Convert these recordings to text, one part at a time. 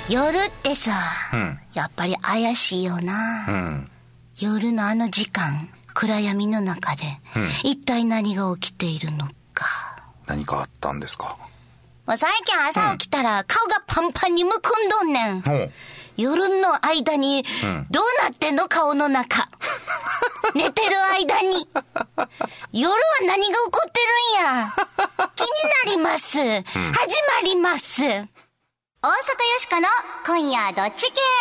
夜ってさ、やっぱり怪しいよな、夜のあの時間、暗闇の中で、一体何が起きているのか。 何かあったんですか？ 最近朝起きたら顔がパンパンにむくんどんねん。夜の間にどうなってんの顔の中。寝てる間に。夜は何が起こってるんや。気になります。始まります。大阪よしこの今夜どっち系。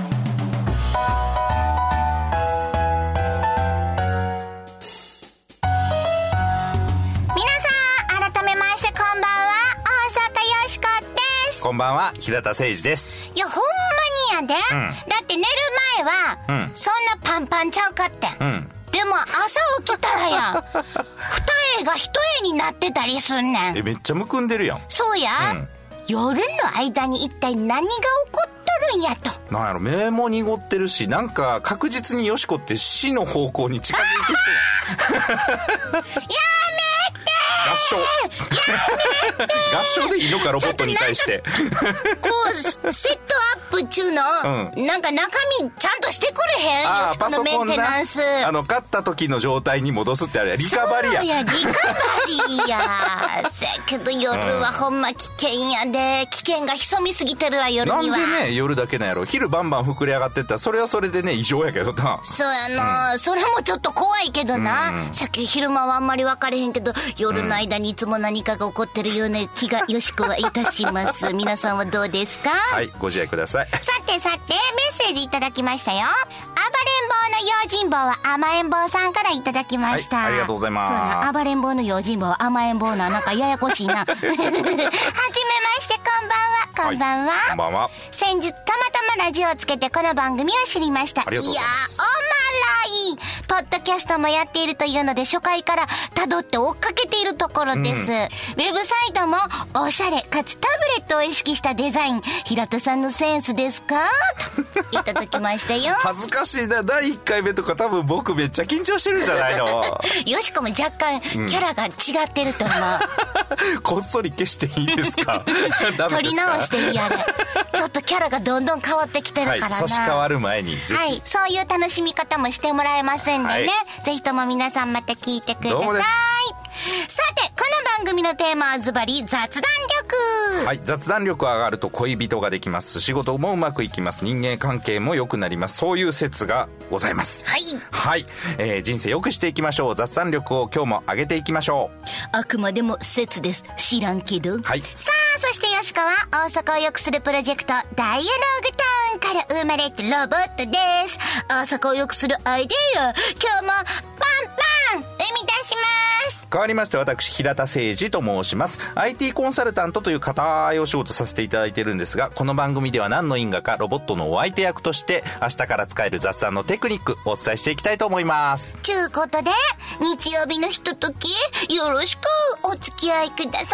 こんばんは、平田誠二です。 いや、ほんまにやで、だって寝る前は、そんなパンパンちゃうかって、でも朝起きたらや二重が一重になってたりすんねん。 めっちゃむくんでるやん。 そうや、夜の間に一体何が起こっとるんやと。 なんやろ、目も濁ってるし、なんか確実によしこって死の方向に近づいてる。 やめて合唱合唱でいいのか、ロボットに対して。 こうセットアップ中の、なんか中身ちゃんとしてくれへん？よしこのメンテナンス。 買った時の状態に戻すってあれリカバリーや。 そうや、リカバリーや。せやけど夜はほんま危険やで。危険が潜みすぎてるわ、夜には。 なんでね、夜だけなんやろ。昼バンバン膨れ上がってったらそれはそれでね、異常やけどな。 そうやな、それもちょっと怖いけどな、さっき昼間はあんまり分かれへんけど、夜の間にいつも何かが起こってるような気がよしこはいたします。皆さんはどうですか？ はい、ご自愛ください。 さてメッセージいただきましたよ。暴れん坊の用心棒は甘えん坊さんからいただきました、 はい、ありがとうございます。 そうな、暴れん坊の用心棒は甘えん坊な、なんかややこしいな。はじめまして、こんばんは。こんばんは、 こんばんは。 先日たまたまラジオをつけてこの番組を知りました。 ありがとうございます。 いやおもろい。ポッドキャストもやっているというので、初回から辿って追っかけているところです、ウェブサイトもおしゃれかつタブレットを意識したデザイン、平田さんのセンスですかといただきましたよ。 恥ずかしいな。第1回目とか多分僕めっちゃ緊張してるんじゃないの？ よしこも若干キャラが違ってると思う。 こっそり消していいですか？ 撮り直してやれ。ちょっとキャラがどんどん変わってきてるからな、 差し替わる前にぜひ、 はい、そういう楽しみ方もしてもらえますんでね、ぜひとも皆さんまた聞いてください。さて、この番組のテーマはズバリ雑談力。 はい、雑談力上がると恋人ができます。仕事もうまくいきます。人間関係も良くなります。そういう説がございます。 はい、 はい、人生良くしていきましょう。雑談力を今日も上げていきましょう。 あくまでも説です。知らんけど。 はい。 さあ、そしてよしこは大阪を良くするプロジェクトダイアログタウンから生まれたロボットです。大阪を良くするアイデア、今日もパンパン生み出します。 変わりまして私、平田誠二と申します。 IT コンサルタントという固いお仕事させていただいているんですが、この番組では何の因果かロボットのお相手役として明日から使える雑談のテクニックをお伝えしていきたいと思います。 ちゅうことで、日曜日のひとときよろしくお付き合いください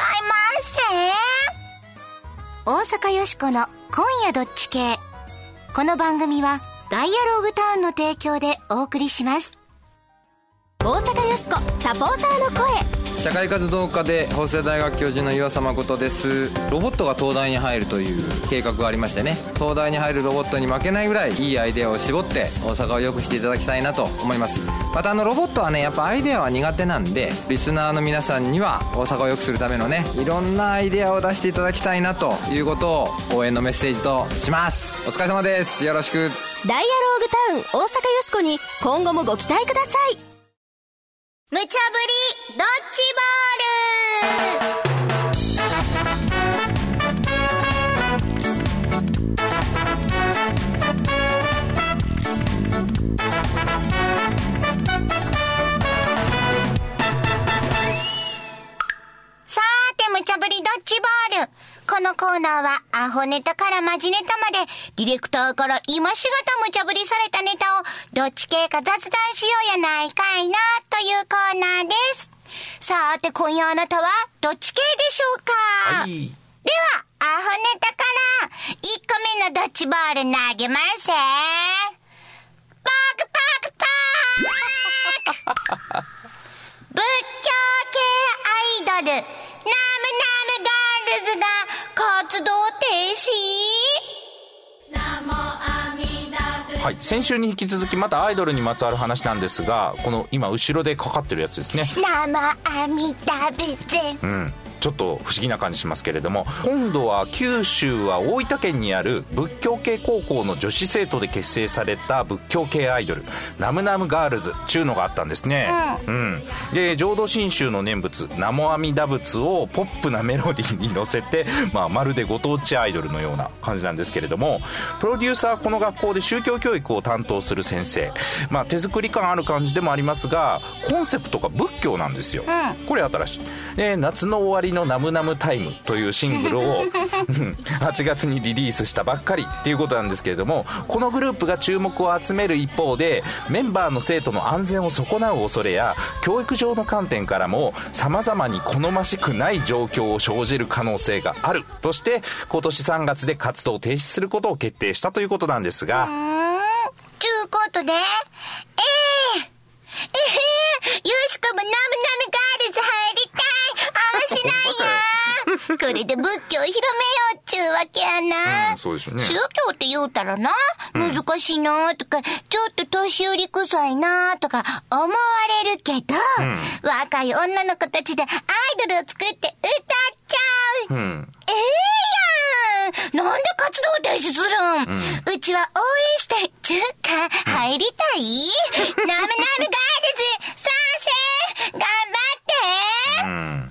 ませ。大阪よしこの今夜どっち系。この番組はダイアログタウンの提供でお送りします。 大阪よしこサポーターの声。 社会活動家で法政大学教授の岩佐誠です。ロボットが東大に入るという計画がありましてね、東大に入るロボットに負けないぐらいいいアイデアを絞って大阪を良くしていただきたいなと思います。またロボットはね、やっぱアイデアは苦手なんで、リスナーの皆さんには大阪を良くするためのね、いろんなアイデアを出していただきたいなということを応援のメッセージとします。お疲れ様です。よろしく。 ダイアローグタウン大阪よしこに今後もご期待ください。 無茶ぶりドッジボール。さーて、無茶ぶりドッジボール。このコーナーはアホネタからマジネタまで、ディレクターから今しがた無茶ぶりされたネタをどっち系か雑談しようやないかいなというコーナーです。さて、今夜あなたはどっち系でしょうか？ はい。 ではアホネタから1個目のドッジボール投げますパクパクパーク仏教系アイドルナムナムガールズが活動停止。 はい、先週に引き続きまたアイドルにまつわる話なんですが、この今後ろでかかってるやつですね。 生阿弥陀仏。 ちょっと不思議な感じしますけれども、今度は九州は大分県にある仏教系高校の女子生徒で結成された仏教系アイドルナムナムガールズちゅうのがあったんですね。で浄土真宗の念仏南無阿弥陀仏をポップなメロディーに乗せて、まるでご当地アイドルのような感じなんですけれども、プロデューサーはこの学校で宗教教育を担当する先生、手作り感ある感じでもありますが、コンセプトが仏教なんですよ。これ新しい。夏の終わりのナムナムタイムというシングルを8月にリリースしたばっかりっていうことなんですけれども、このグループが注目を集める一方で、メンバーの生徒の安全を損なう恐れや教育上の観点からも様々に好ましくない状況を生じる可能性があるとして、今年3月で活動を停止することを決定したということなんですが、 ちゅうことでよしこもナムナムガールズ入りたい。面白いよ。これで仏教を広めようっちゅうわけやな。 そうですよね。 宗教って言うたらな、難しいなとか、ちょっと年寄り臭いなとか思われるけど、若い女の子たちでアイドルを作って歌っちゃう。なんで活動停止するん？うちは応援したい。ちゅうか、入りたい？ナムナムガールズ、賛成！頑張って！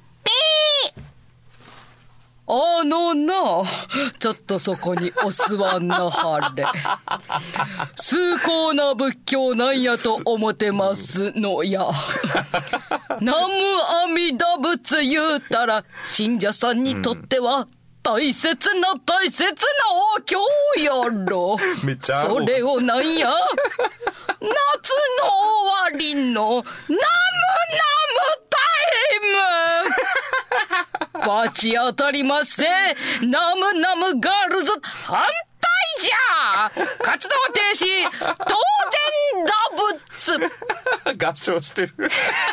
ちょっとそこにお座んなはれ。崇高な仏教なんやと思ってますのや。南無阿弥陀仏言うたら、信者さんにとっては、大切なお経やろ。 めっちゃそれをなんや、夏の終わりのナムナムタイム罰当たりません。ナムナムガールズ反対じゃ。活動停止当然打仏。 合唱してる。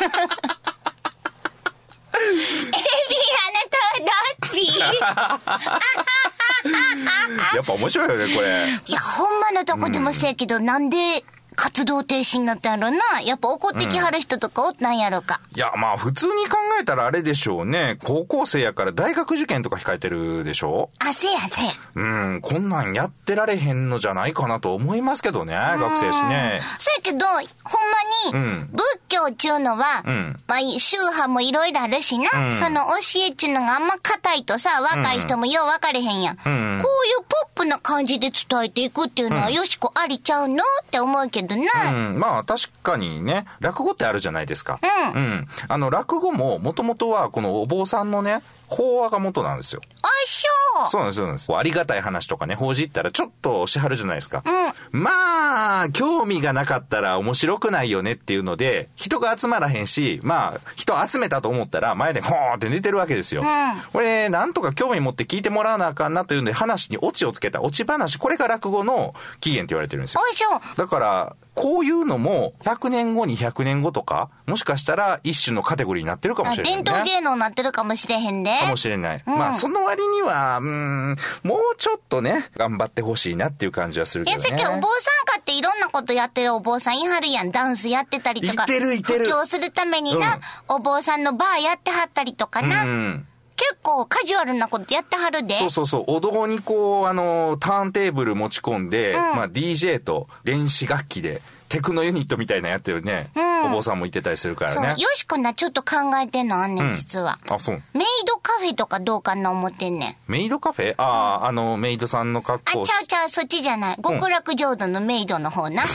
あなたはどっち？ やっぱ面白いよねこれ。 いやほんまのとこでもせやけど、なんで活動停止になったんやろな。やっぱ怒ってきはる人とかおったんやろか。 いや普通に考えたらあれでしょうね。高校生やから大学受験とか控えてるでしょ。 せや。 こんなんやってられへんのじゃないかなと思いますけどね、学生しね。 せやけどほんまに仏教っちゅうのは、宗派もいろいろあるしな、その教えっちゅうのがあんま硬いとさ、若い人もよう分かれへんやん。こういうポップな感じで伝えていくっていうのは、よしこありちゃうのって思うけどな。 確かにね、落語ってあるじゃないですか。落語ももともとはこのお坊さんのね、法話が元なんですよ。そうなんです。ありがたい話とかね、報じったらちょっとしはるじゃないですか。興味がなかったら面白くないよねっていうので、人が集まらへんし、人集めたと思ったら前でほーって寝てるわけですよ。これ、なんとか興味持って聞いてもらわなあかんなというんで、話にオチをつけたオチ話、これが落語の起源って言われてるんですよ。だから、こういうのも100年後200年後とかもしかしたら一種のカテゴリーになってるかもしれないね。 伝統芸能になってるかもしれへんで。 かもしれない。その割にはもうちょっとね頑張ってほしいなっていう感じはするけどね。 さっきお坊さんかっていろんなことやってるお坊さんいはるやん。ダンスやってたりとか。 いてる。 布教するためにな、お坊さんのバーやってはったりとかな。結構カジュアルなことやってはるで。 そう。お堂にこうターンテーブル持ち込んで、DJ と電子楽器でテクノユニットみたいなやってるね、お坊さんもいてたりするからね。 よしこなちょっと考えてんのあんねん、実は。 そう。 メイドカフェとかどうかな思ってんねん。 メイドカフェ？メイドさんの格好。 ちゃう、そっちじゃない。極楽浄土のメイドの方な。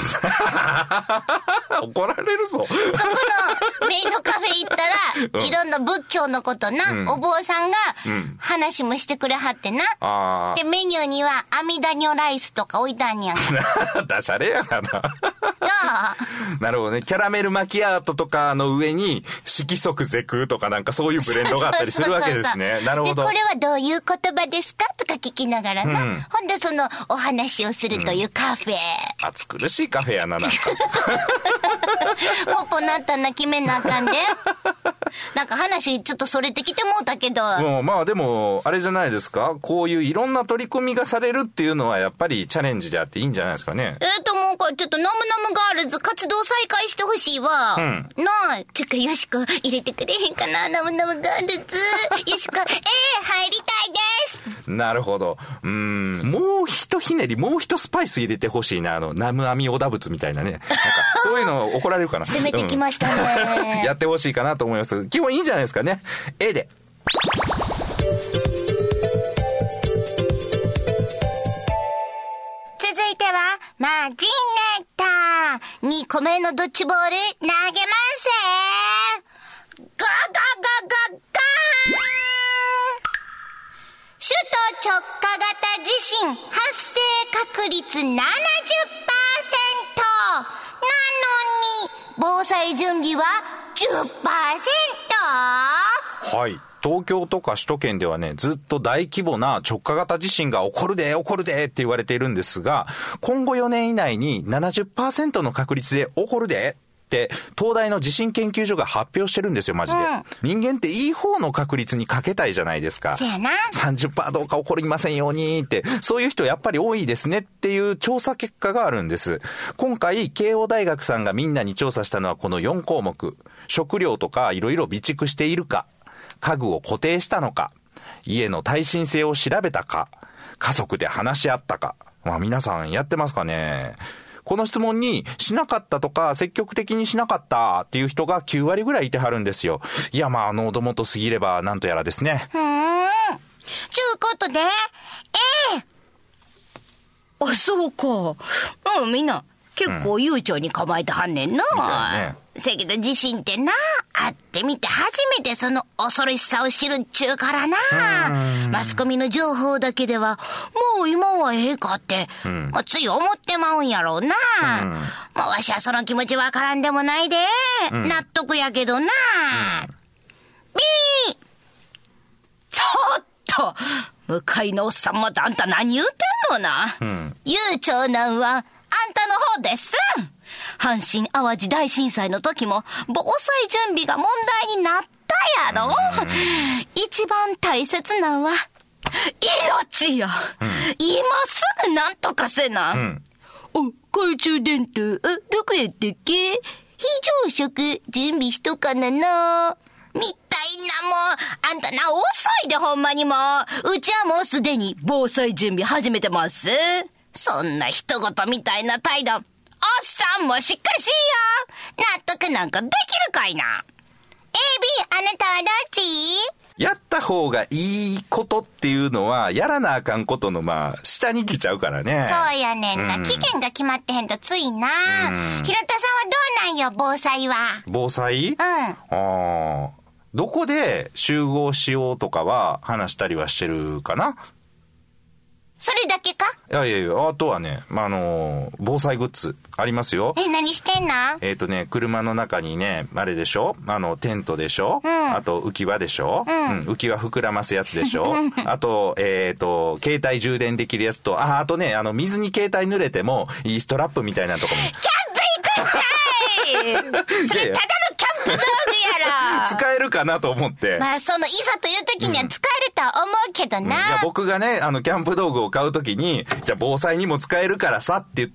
怒られるぞ。 そこのメイドカフェ行ったら、いろんな仏教のことな、お坊さんが話もしてくれはってな。で、メニューには阿弥陀如ライスとか置いたんやん。 ダシャレやがな。なるほどね。キャラメルマキアートとかの上に色即是空とかなんかそういうブレンドがあったりするわけですですね。なるほど。 で、これはどういう言葉ですかとか聞きながらな。ほんでそのお話をするというカフェ。 暑苦しいカフェやな、なんか。 ポポなったな、決めなあかんで。なんか話ちょっとそれてきてもうたけど。 まあでも、あれじゃないですか。こういういろんな取り組みがされるっていうのはやっぱりチャレンジであっていいんじゃないですかね。 もうこれちょっとナムナムガールズ活動再開してほしいわ。なあ、ちょっとよしこ入れてくれへんかな、ナムナムガールズ。よしこ、入りたいです。 なるほど。もう一ひねり、もう一スパイス入れてほしいな。ナムアミオダブツみたいなね。なんか、そういうの怒られるかな。 攻めてきましたね。 やってほしいかなと思います。基本いいんじゃないですかね。A で。 続いては、マジネタ。2個目のドッジボール、投げますガガガガガーン。首都直下型地震発生確率 70%。なのに、防災準備は 10%。 はい。東京とか首都圏ではね、ずっと大規模な直下型地震が起こるでって言われているんですが、今後4年以内に 70% の確率で起こるでって東大の地震研究所が発表してるんですよ、マジで。人間っていい方の確率にかけたいじゃないですか。 そうやな。 30% どうか起こりませんようにって、そういう人やっぱり多いですねっていう調査結果があるんです。今回、慶応大学さんがみんなに調査したのはこの4項目。食料とかいろいろ備蓄しているか、家具を固定したのか、家の耐震性を調べたか、家族で話し合ったか。皆さんやってますかね。この質問にしなかったとか積極的にしなかったっていう人が9割ぐらいいてはるんですよ。いや喉元過ぎればなんとやらですね。 ちゅうことで、 あ、そうか。みんな結構悠長に構えてはんねんな。せやけど地震ってな、会ってみて初めてその恐ろしさを知るっちゅうからな。マスコミの情報だけではもう今はええかって、つい思ってまうんやろうな。わしはその気持ちわからんでもないで、納得やけどな。B。ちょっと向かいのおっさんまであんた何言うてんのな。悠長なんはあんたの方です。阪神淡路大震災の時も防災準備が問題になったやろ。一番大切なんは命や。今すぐなんとかせな。懐中電灯、どこやったっけ？非常食準備しとかなな。みたいな、もうあんたな、遅いでほんまにもう。うちはもうすでに防災準備始めてます。そんな人事みたいな態度、おっさんもしっかりしいよ。納得なんかできるかいな。AB、あなたはどっち？ やった方がいいことっていうのはやらなあかんことの下に来ちゃうからね。 そうやねんな、期限が決まってへんとついな。平田さんはどうなんよ、防災は。 防災？どこで集合しようとかは話したりはしてるかな。 それだけか？ いや、あとはね、防災グッズありますよ。 何してんの？ 車の中にね、あれでしょ？テントでしょ？あと浮き輪でしょ？浮き輪膨らますやつでしょ？あと、携帯充電できるやつと、あとね、水に携帯濡れてもいいストラップみたいなとこも。 キャンプ行くんかいそれただのキャンプ道具やろ。 使えるかなと思って。 いざという時には使えるとは思うけどな。 いや、僕がね、キャンプ道具を買う時に、じゃあ防災にも使えるからさって言って、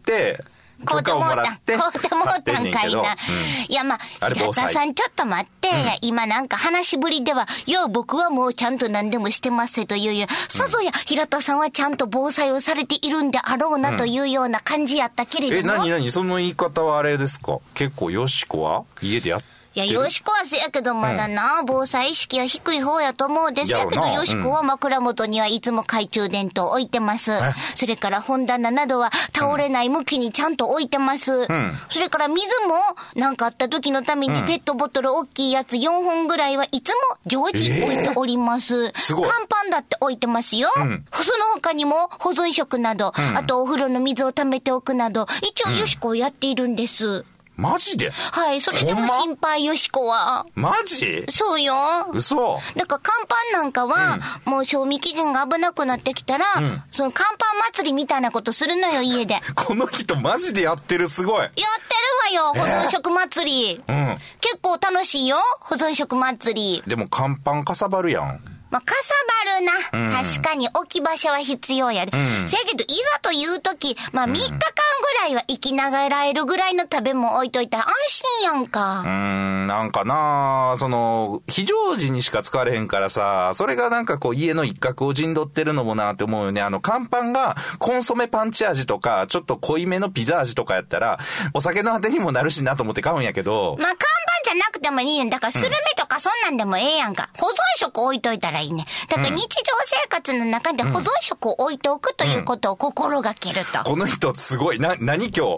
許可をもらって、 買うてもうたんかいな。いや、平田さんちょっと待って、今なんか話ぶりでは、僕はもうちゃんと何でもしてますというさぞや平田さんはちゃんと防災をされているんであろうなというような感じやったけれども。 何その言い方はあれですか？結構よしこは家でやっていや、よしこはせやけどまだな、防災意識は低い方やと思うですやけど、よしこは枕元にはいつも懐中電灯置いてます。それから本棚などは倒れない向きにちゃんと置いてます。それから水もなんかあった時のためにペットボトル大きいやつ4本ぐらいはいつも常時置いております。 すごい。 乾パンだって置いてますよ。その他にも保存食など、あとお風呂の水を溜めておくなど、一応よしこをやっているんです。 マジで？ はい、それでも心配よしこは。 マジ？ そうよ。 嘘。 だから乾パンなんかは、もう賞味期限が危なくなってきたら、その乾パン祭りみたいなことするのよ、家で。 この人マジでやってる、すごい。 やってるわよ、保存食祭り。結構楽しいよ、保存食祭り。 でも乾パンかさばるやん。 まあ、かさばるな。確かに置き場所は必要やで。せやけど、いざというとき、まあ、3日間ぐらいは生きながらえるぐらいの食べ物置いといたら安心やんか。 なんかな、非常時にしか使われへんからさ、それがなんかこう家の一角を陣取ってるのもなって思うよね。乾パンがコンソメパンチ味とか、ちょっと濃いめのピザ味とかやったら、お酒のあてにもなるしなと思って買うんやけど。 まあ、乾パンじゃなくてもいいねん。だからスルメとかそんなんでもええやんか。保存食置いといたらいいね。だから日常生活の中で保存食を置いておくということを心がけると。 この人すごい。何今日こ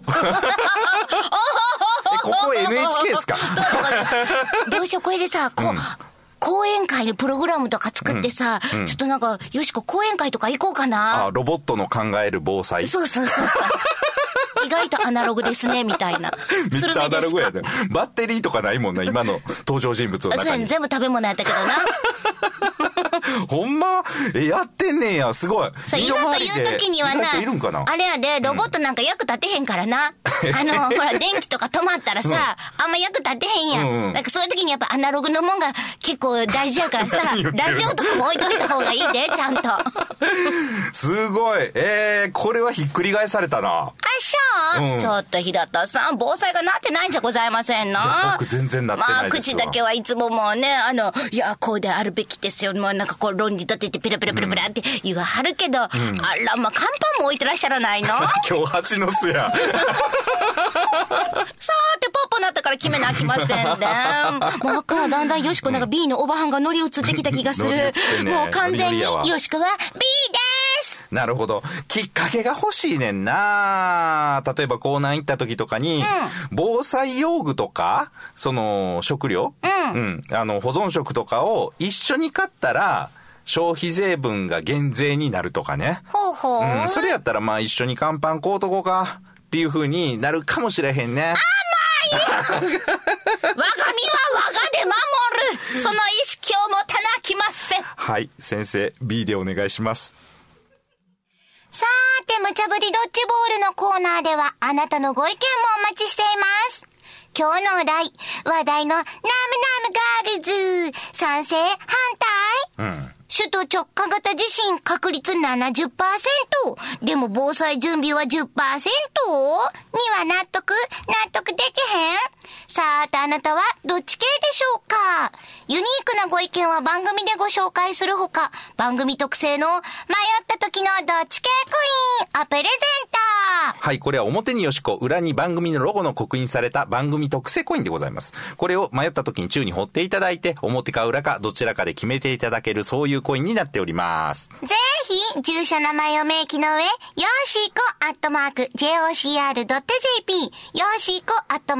こ NHK ですか？ どうしよう、これでさ、講演会でプログラムとか作ってさ、ちょっとなんか、よしこ講演会とか行こうかな。 ロボットの考える防災。 そう。意外とアナログですね、みたいな。 めっちゃアナログやね。バッテリーとかないもんな、今の登場人物の中に。 全部食べ物やったけどな。 ほんま？やってんねんや、すごい。 そう、いざという時にはな、 いるんかな？ あれやで、ロボットなんか役立てへんからな。ほら、電気とか止まったらさ、あんま役立てへんやん。なんかそういう時にやっぱアナログのもんが結構大事やからさ、ラジオとかも置いといた方がいいで、ちゃんと。 すごい。これはひっくり返されたな。 ちょっと平田さん、防災がなってないんじゃございませんの？ 僕全然なってないですわ。 まあ、口だけはいつももうね、いや、こうであるべきですよ。もうなんかこう論理立ててペラペラペラペラって言わはるけど、あら、まあ、乾パンも置いてらっしゃらないの？ 今日蜂の巣や。 さーて、ポッポなったから決めなあきませんね。もうからだんだんよしこなんか B のおばはんが乗り移ってきた気がする。もう完全によしこは B です。 なるほど。きっかけが欲しいねんな。例えば港南行った時とかに、防災用具とか、食料、保存食とかを一緒に買ったら、消費税分が減税になるとかね。それやったらまあ一緒に乾パン買うとこかっていう風になるかもしれへんね。 我が身は我がで守る。その意識を持たなきません。 はい、先生 B でお願いします。 さーて、無茶ぶりドッジボールのコーナーではあなたのご意見もお待ちしています。今日のお題、話題のナムナムガールズ、賛成反対、首都直下型地震確率 70%。でも防災準備は 10% には納得できへん。さあ、あなたはどっち系でしょうか？ユニークなご意見は番組でご紹介するほか、番組特製の迷った時のどっち系コインをプレゼント。 はい、これは表によしこ、裏に番組のロゴの刻印された番組特製コインでございます。これを迷った時に宙に掘っていただいて、表か裏かどちらかで決めていただける、そういうコインになっております。 ぜひ、住所名前を明記の上、よーしーこ@jocr.jp、よーしーこ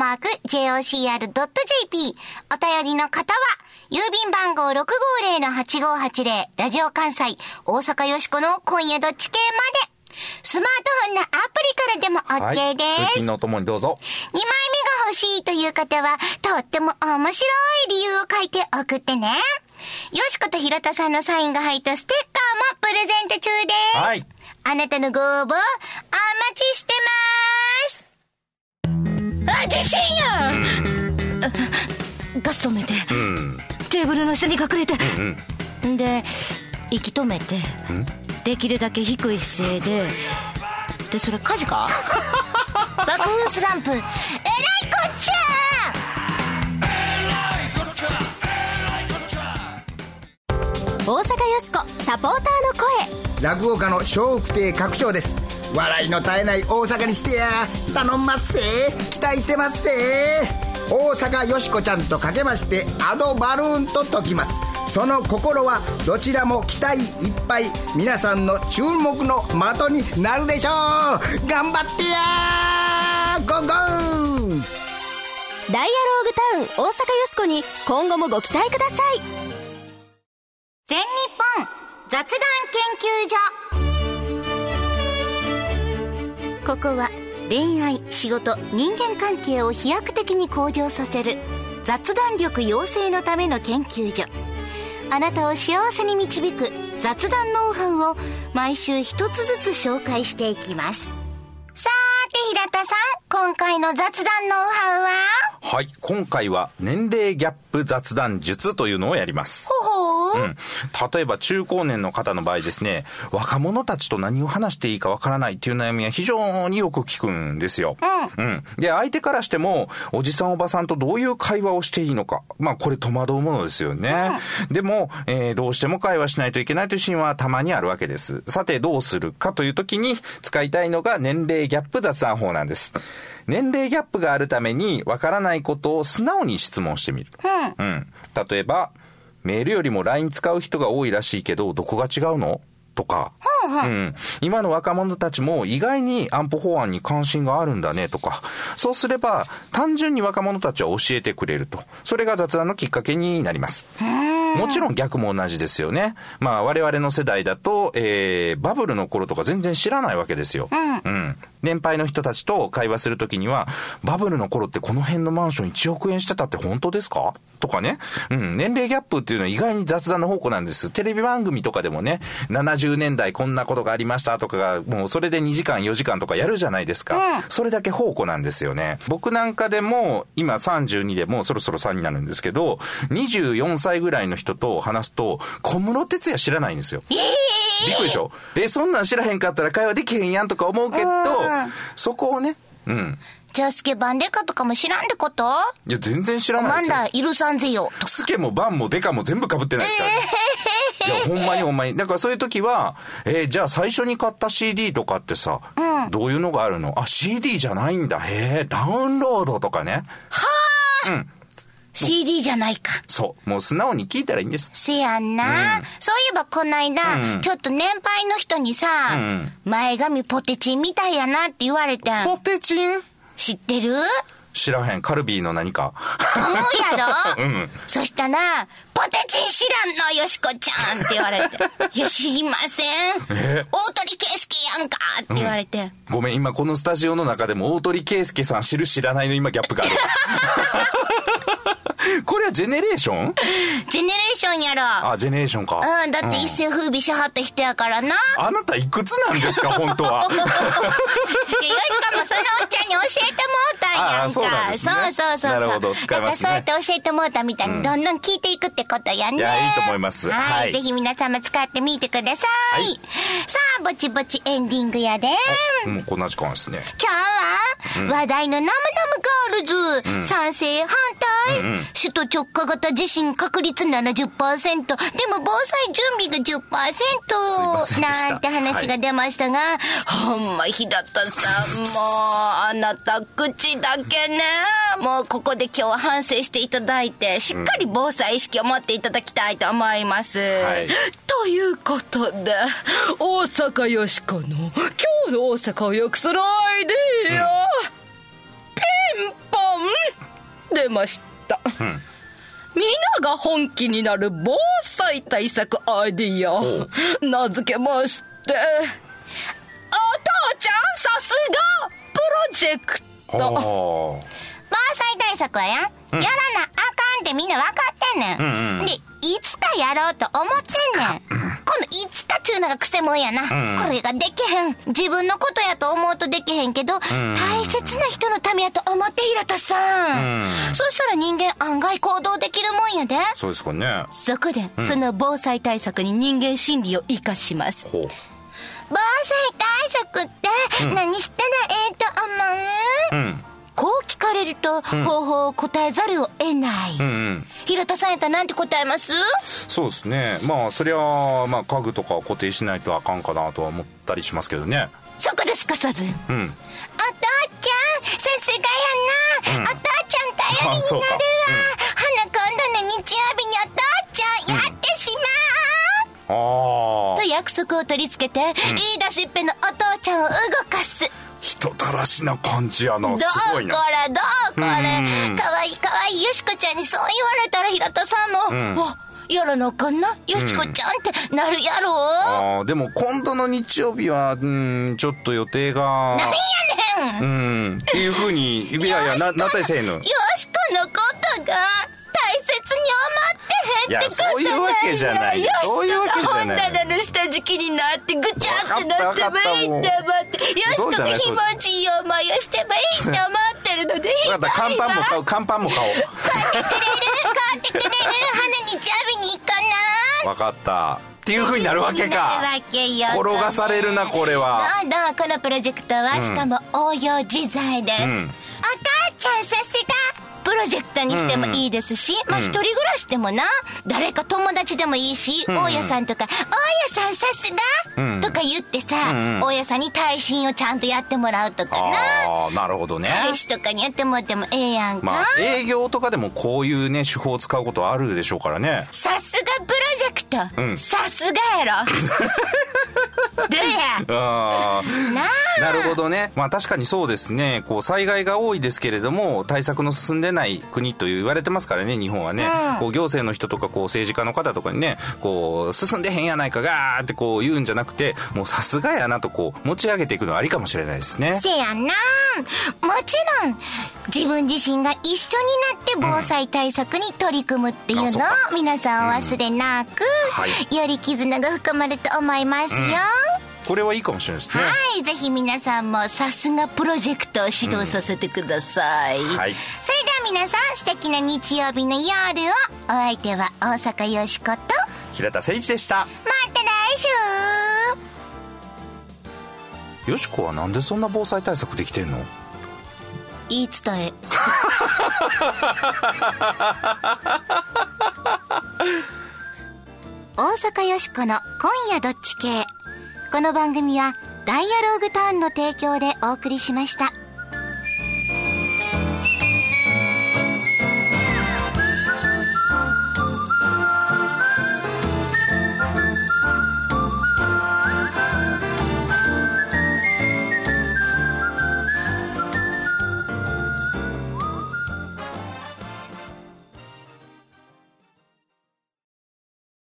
@jocr.jp。お便りの方は、郵便番号 650-8580、ラジオ関西、大阪よしこの今夜どっち系まで。スマートフォンのアプリからでも OK です。 通勤のお供にどうぞ。 2枚目が欲しいという方は、とっても面白い理由を書いて送ってね。よしこと平田さんのサインが入ったステッカーもプレゼント中です。 はい。 あなたのご応募、お待ちしてます。地震や、ガス止めて、テーブルの下に隠れて、で、息止めて、できるだけ低い姿勢で、それ火事か？爆風スランプ、えらいこっちゃ大阪よしこサポーターの声。 落語家の笑福亭鶴章です。笑いの絶えない大阪にしてや、頼んますせ、期待してますせ。大阪よしこちゃんとかけましてアドバルーンと解きます。その心はどちらも期待いっぱい、皆さんの注目の的になるでしょう。頑張ってやー、ゴーゴー。 ダイアローグタウン大阪よしこに今後もご期待ください。 全日本雑談研究所。ここは恋愛、仕事、人間関係を飛躍的に向上させる雑談力養成のための研究所。あなたを幸せに導く雑談ノウハウを毎週一つずつ紹介していきます。さーて平田さん、今回の雑談ノウハウは？ はい、今回は年齢ギャップ雑談術というのをやります。 ほほー。 例えば中高年の方の場合ですね、若者たちと何を話していいかわからないっていう悩みは非常によく聞くんですよ。で、相手からしてもおじさんおばさんとどういう会話をしていいのか、これ戸惑うものですよね。でも、どうしても会話しないといけないというシーンはたまにあるわけです。さてどうするかという時に使いたいのが年齢ギャップ雑談法なんです。年齢ギャップがあるためにわからないことを素直に質問してみる。例えば、メールよりも LINE 使う人が多いらしいけど、どこが違うの？とか、今の若者たちも意外に安保法案に関心があるんだねとか、そうすれば単純に若者たちは教えてくれると。それが雑談のきっかけになります。もちろん逆も同じですよね。我々の世代だと、バブルの頃とか全然知らないわけですよ。年配の人たちと会話するときには、バブルの頃ってこの辺のマンション1億円してたって本当ですか？とかね。年齢ギャップっていうのは意外に雑談の宝庫なんです。テレビ番組とかでもね、70年代こんなことがありましたとかが、もうそれで2時間4時間とかやるじゃないですか。それだけ宝庫なんですよね。僕なんかでも、今32でもうそろそろ3になるんですけど、24歳ぐらいの人と話すと、小室哲哉知らないんですよ。びっくりでしょ？そんなん知らへんかったら会話できへんやんとか思うけど、そこをね、 じゃあスケバンデカとかも知らんってこと？ いや、全然知らないですよ。 マンダイルサンゼよとか。 スケもバンもデカも全部被ってないですからね。いや、ほんまに。だからそういう時は、じゃあ最初に買った CD とかってさ、どういうのがあるの？CD じゃないんだ。ダウンロードとかね。 CD じゃないか。 そう。もう素直に聞いたらいいんです。 せやんな。そういえばこないだ、ちょっと年配の人にさ、前髪ポテチンみたいやなって言われてん。 ポテチン？ 知ってる？ 知らへん。カルビーの何か。 思うやろ？そしたら、ポテチン知らんのよしこちゃんって言われて。いや、知りません。大鳥圭介やんかって言われて。 ごめん、今このスタジオの中でも大鳥圭介さん知る知らないの今ギャップがある。これはジェネレーション？ ジェネレーションやろ。 ジェネレーションか。 だって一世風靡しはった人やからな。 あなたいくつなんですか、本当は。 よしかもそのおっちゃんに教えてもうたんやんか。 そうなんですね。 そう。 なるほど、使いますね。 そうやって教えてもうたみたいにどんどん聞いていくってことやね。 いや、いいと思います。 はい。ぜひ皆様使ってみてください。さあ、ぼちぼちエンディングやで。 もうこんな時間ですね。 今日は話題のナムナムガールズ、賛成反対、首都直下型地震確率 70%、でも防災準備が 10% なんて話が出ましたが、ほんま平田さんもあなた口だけね、もうここで今日は反省していただいて、しっかり防災意識を持っていただきたいと思います。 ということで、大阪よしこの今日の大阪を良くするアイディア、ピンポン出ました。みんなが本気になる防災対策アイディアを名付けまして、お父ちゃんさすがプロジェクト。 防災対策はやらなあかんってみんな分かってんねん。で、いつかやろうと思ってんねん。このいつかちゅうのがくせもんやな。これができへん。自分のことやと思うとできへんけど、大切な人のためやと思って平田さん。そしたら人間案外行動できるもんやで。 そうですかね。 そこで、その防災対策に人間心理を活かします。 防災対策って何したらええと思う？こう聞かれると方法を答えざるを得ない。平田さんやったらなんて答えます？ そうですね。そりゃ家具とかを固定しないとあかんかなとは思ったりしますけどね。 そこですかさず。お父ちゃんさすがやな。お父ちゃん頼りになるわ。今度の日曜日にお父ちゃんやってしまう。と約束を取り付けて、言い出しっぺのお父ちゃんを動かす。 人たらしな感じやな。すごいな。 どうこれかわいいよしこちゃんにそう言われたら平田さんも、 やらなあかんな、よしこちゃんってなるやろ。 でも今度の日曜日はちょっと予定がなんやねんっていう風にいやなったりせえぬ。 よしこのことが大切に思ってへんってことそういうわけじゃない。 よしこそういうわけじゃがない。 本棚の下敷きになってぐちゃってなってもいいって思って、よしこが気持ちいい思いをしてもいいって思ってるので、 分かった、乾パンも買う、乾パンも買おう。 買ってくれる花日曜日に行こうな。 分かったっていう風になるわけか。 なるわけよ。 転がされるなこれは。 このプロジェクトはしかも応用自在です、お母ちゃんさすが。プロジェクトにしてもいいですし、一人暮らしでもな、誰か友達でもいいし、大家さんとか、大家さんさすが、とか言ってさ、大家さんに耐震をちゃんとやってもらうとかな。 なるほどね。 返しとかにやってもらってもええやんか。 営業とかでもこういうね手法を使うことあるでしょうからね。 さすがプロジェクト、さすがやろ。どうや。 なるほどね。確かにそうですね。こう災害が多いですけれども対策の進んでない国と言われてますからね、日本はね。こう行政の人とかこう政治家の方とかにね、こう進んでへんやないかガーってこう言うんじゃなくて、もうさすがやなとこう持ち上げていくのはありかもしれないですね。 せやな。もちろん自分自身が一緒になって防災対策に取り組むっていうのを皆さんお忘れなく、より絆が深まると思いますよ。 これはいいかもしれないですね。 はい、ぜひ皆さんもさすがプロジェクトを指導させてください、それでは皆さん素敵な日曜日の夜を。お相手は大阪よしこと平田誠一でした。 また来週。よしこはなんでそんな防災対策できてんの？ 言い伝え。大阪よしこの今夜どっち系。この番組はダイアローグターンの提供でお送りしました。